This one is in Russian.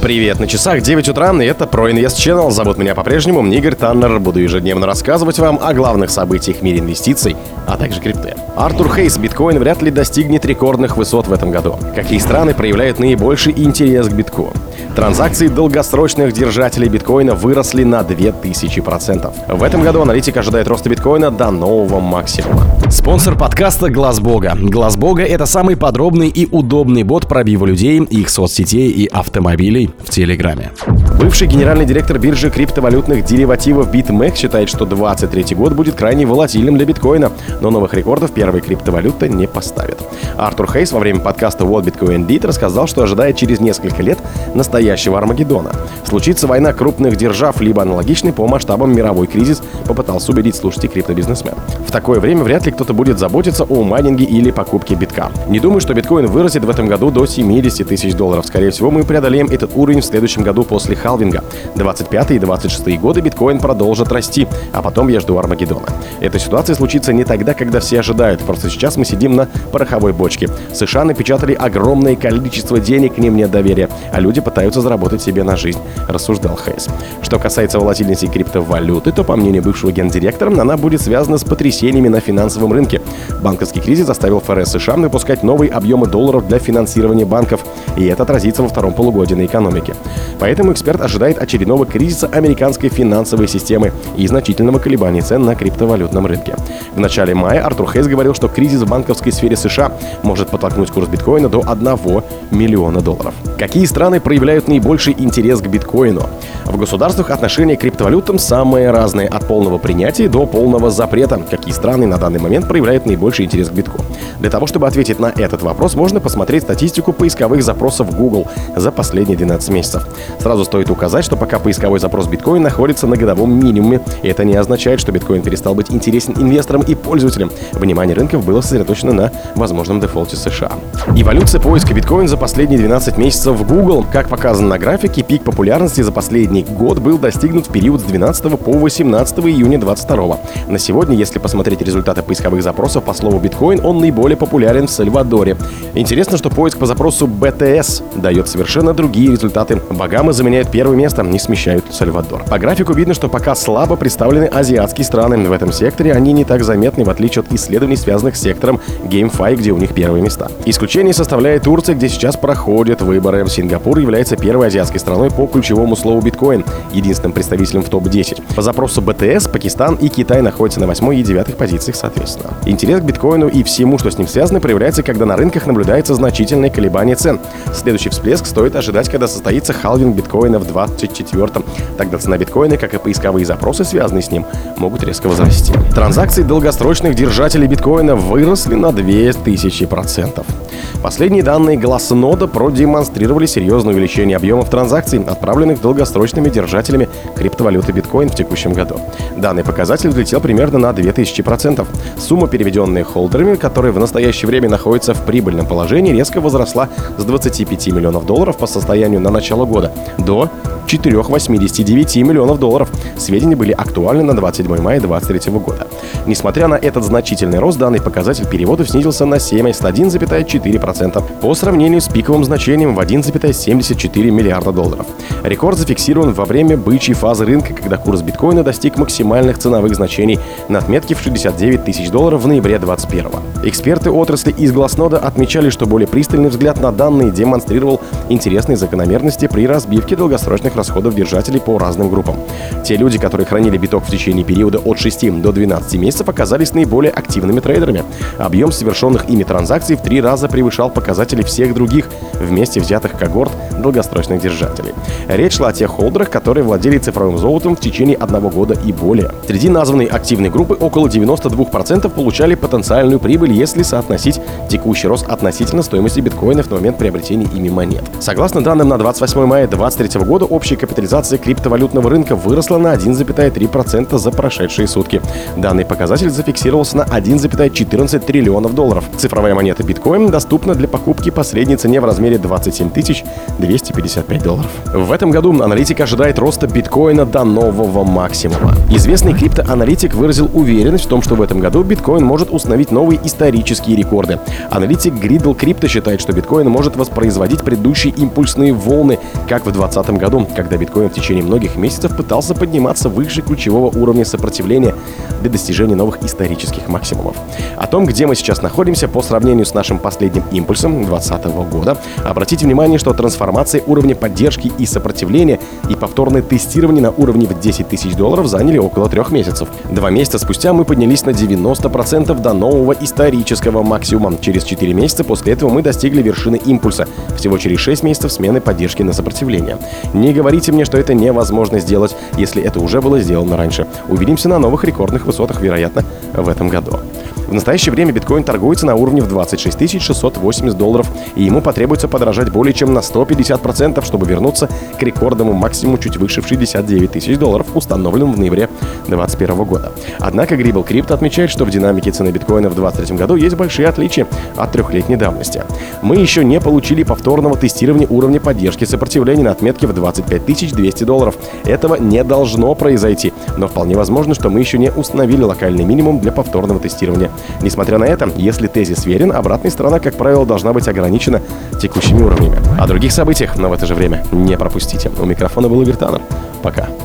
Привет, на часах 9 утра, и это ProInvest Channel. Зовут меня по-прежнему Игорь Таннер. Буду ежедневно рассказывать вам о главных событиях в мире инвестиций, а также крипты. Артур Хейс: биткоин вряд ли достигнет рекордных высот в этом году. Какие страны проявляют наибольший интерес к биткоину? Транзакции долгосрочных держателей биткоина выросли на 2000%. В этом году аналитик ожидает роста биткоина до нового максимума. Спонсор подкаста — Глаз Бога. Глаз Бога — это самый подробный и удобный бот пробива людей, их соцсетей и автомобилей в Телеграме. Бывший генеральный директор биржи криптовалютных деривативов BitMEX считает, что 2023 год будет крайне волатильным для биткоина, но новых рекордов первой криптовалюта не поставит. Артур Хейс во время подкаста What Bitcoin Did рассказал, что ожидает через несколько лет настоящего Армагеддона. Случится война крупных держав, либо аналогичный по масштабам мировой кризис, попытался убедить слушателей криптобизнесмен. В такое время вряд ли кто-то будет заботиться о майнинге или покупке битка. Не думаю, что биткоин вырастет в этом году до 70 тысяч долларов. Скорее всего, мы преодолеем этот уровень в следующем году после халвинга. 25 и 26 годы биткоин продолжит расти, а потом я жду Армагеддона. Эта ситуация случится не тогда, когда все ожидают, просто сейчас мы сидим на пороховой бочке. США напечатали огромное количество денег, к ним нет доверия, а люди пытаются заработать себе на жизнь, рассуждал Хейс. Что касается волатильности криптовалюты, то, по мнению бывшего гендиректора, она будет связана с потрясениями на финансовом рынке. Банковский кризис заставил ФРС США выпускать новые объемы долларов для финансирования банков, и это отразится во втором полугодии на экономике. Поэтому эксперт ожидает очередного кризиса американской финансовой системы и значительного колебания цен на криптовалютном рынке. В начале мая Артур Хейс говорил, что кризис в банковской сфере США может подтолкнуть курс биткоина до $1 миллиона. Какие страны проявляют наибольший интерес к биткоину? В государствах отношение к криптовалютам самое разное, от полного принятия до полного запрета. Какие страны на данный момент проявляют наибольший интерес к битку? Для того, чтобы ответить на этот вопрос, можно посмотреть статистику поисковых запросов Google за последние 12 месяцев. Сразу стоит указать, что пока поисковой запрос биткоин находится на годовом минимуме, это не означает, что биткоин перестал быть интересен инвесторам и пользователям. Внимание рынков было сосредоточено на возможном дефолте США. Эволюция поиска биткоин за последние 12 месяцев в Google. Как показано на графике, пик популярности за последний год был достигнут в период с 12 по 18 июня 2022. На сегодня, если посмотреть результаты поисковых запросов по слову биткоин, он наиболее популярен в Сальвадоре. Интересно, что поиск по запросу BTS дает совершенно другие результаты. Багамы заменяют первое место, не смещают Сальвадор. По графику видно, что пока слабо представлены азиатские страны. В этом секторе они не так заметны, в отличие от исследований, связанных с сектором GameFi, где у них первые места. Исключение составляет Турция, где сейчас проходят выборы. Сингапур является первой азиатской страной по ключевому слову биткоин, единственным представителем в топ-10. По запросу BTS Пакистан и Китай находятся на 8 и 9 позициях соответственно. Интерес к биткоину и всему, что с ним связано, проявляется, когда на рынках наблюдается значительное колебание цен. Следующий всплеск стоит ожидать, когда состоится халвинг биткоина в 24-м. Тогда цена биткоина, как и поисковые запросы, связанные с ним, могут резко возрасти. Транзакции долгосрочных держателей биткоина выросли на 2000%. Последние данные Glassnode продемонстрировали серьезное увеличение объемов транзакций, отправленных долгосрочными держателями криптовалюты биткоин в текущем году. Данный показатель взлетел примерно на 2000%. Сумма, переведенная холдерами, которые в настоящее время находятся в прибыльном положении, резко возросла с 25 миллионов долларов по состоянию на начало года до 4,89 миллионов долларов. Сведения были актуальны на 27 мая 2023 года. Несмотря на этот значительный рост, данный показатель переводов снизился на 71,4% по сравнению с пиковым значением в 1,74 миллиарда долларов. Рекорд зафиксирован во время бычьей фазы рынка, когда курс биткоина достиг максимальных ценовых значений на отметке в 69 тысяч долларов в ноябре 2021. Эксперты отрасли из Glassnode отмечали, что более пристальный взгляд на данные демонстрировал интересные закономерности при разбивке долгосрочных расходов держателей по разным группам. Те люди, которые хранили биток в течение периода от 6 до 12 месяцев, оказались наиболее активными трейдерами. Объем совершенных ими транзакций в 3 раза превышал показатели всех других вместе взятых когорт долгосрочных держателей. Речь шла о тех холдерах, которые владели цифровым золотом в течение 1 года и более. Среди названной активной группы около 92% получали потенциальную прибыль, если соотносить текущий рост относительно стоимости биткоинов на момент приобретения ими монет. Согласно данным на 28 мая 2023 года, общая капитализация криптовалютного рынка выросла на 1,3% за прошедшие сутки. Данный показатель зафиксировался на 1,14 триллионов долларов. Цифровая монета биткоин доступна для покупки по средней цене в размере 27 255 долларов. В этом году аналитик ожидает роста биткоина до нового максимума. Известный криптоаналитик выразил уверенность в том, что в этом году биткоин может установить новые исторические рекорды. Аналитик Gridle Crypto считает, что биткоин может воспроизводить предыдущие импульсные волны, как в 2020 году, когда биткоин в течение многих месяцев пытался подниматься выше ключевого уровня сопротивления для достижения новых исторических максимумов. О том, где мы сейчас находимся по сравнению с нашим последним импульсом 2020 года, обратите внимание, что трансформация уровня поддержки и сопротивления и повторное тестирование на уровне в 10 тысяч долларов заняли около 3 месяцев. 2 месяца спустя мы поднялись на 90% до нового исторического максимума. Через 4 месяца после этого мы достигли вершины импульса. Всего через 6 месяцев смены поддержки на сопротивление. Не говорите мне, что это невозможно сделать, если это уже было сделано раньше. Увидимся на новых рекордных высотах, вероятно, в этом году. В настоящее время биткоин торгуется на уровне в 26 680 долларов, и ему потребуется подорожать более чем на 150%, чтобы вернуться к рекордному максимуму чуть выше в 69 тысяч долларов, установленному в ноябре 2021 года. Однако Gridle Crypto отмечает, что в динамике цены биткоина в 2023 году есть большие отличия от 3-летней давности. Мы еще не получили повторного тестирования уровня поддержки сопротивления на отметке в 25 200 долларов. Этого не должно произойти, но вполне возможно, что мы еще не установили локальный минимум для повторного тестирования. Несмотря на это, если тезис верен, обратная сторона, как правило, должна быть ограничена текущими уровнями. О других событиях, но в это же время не пропустите. У микрофона был Игорь Таннер. Пока.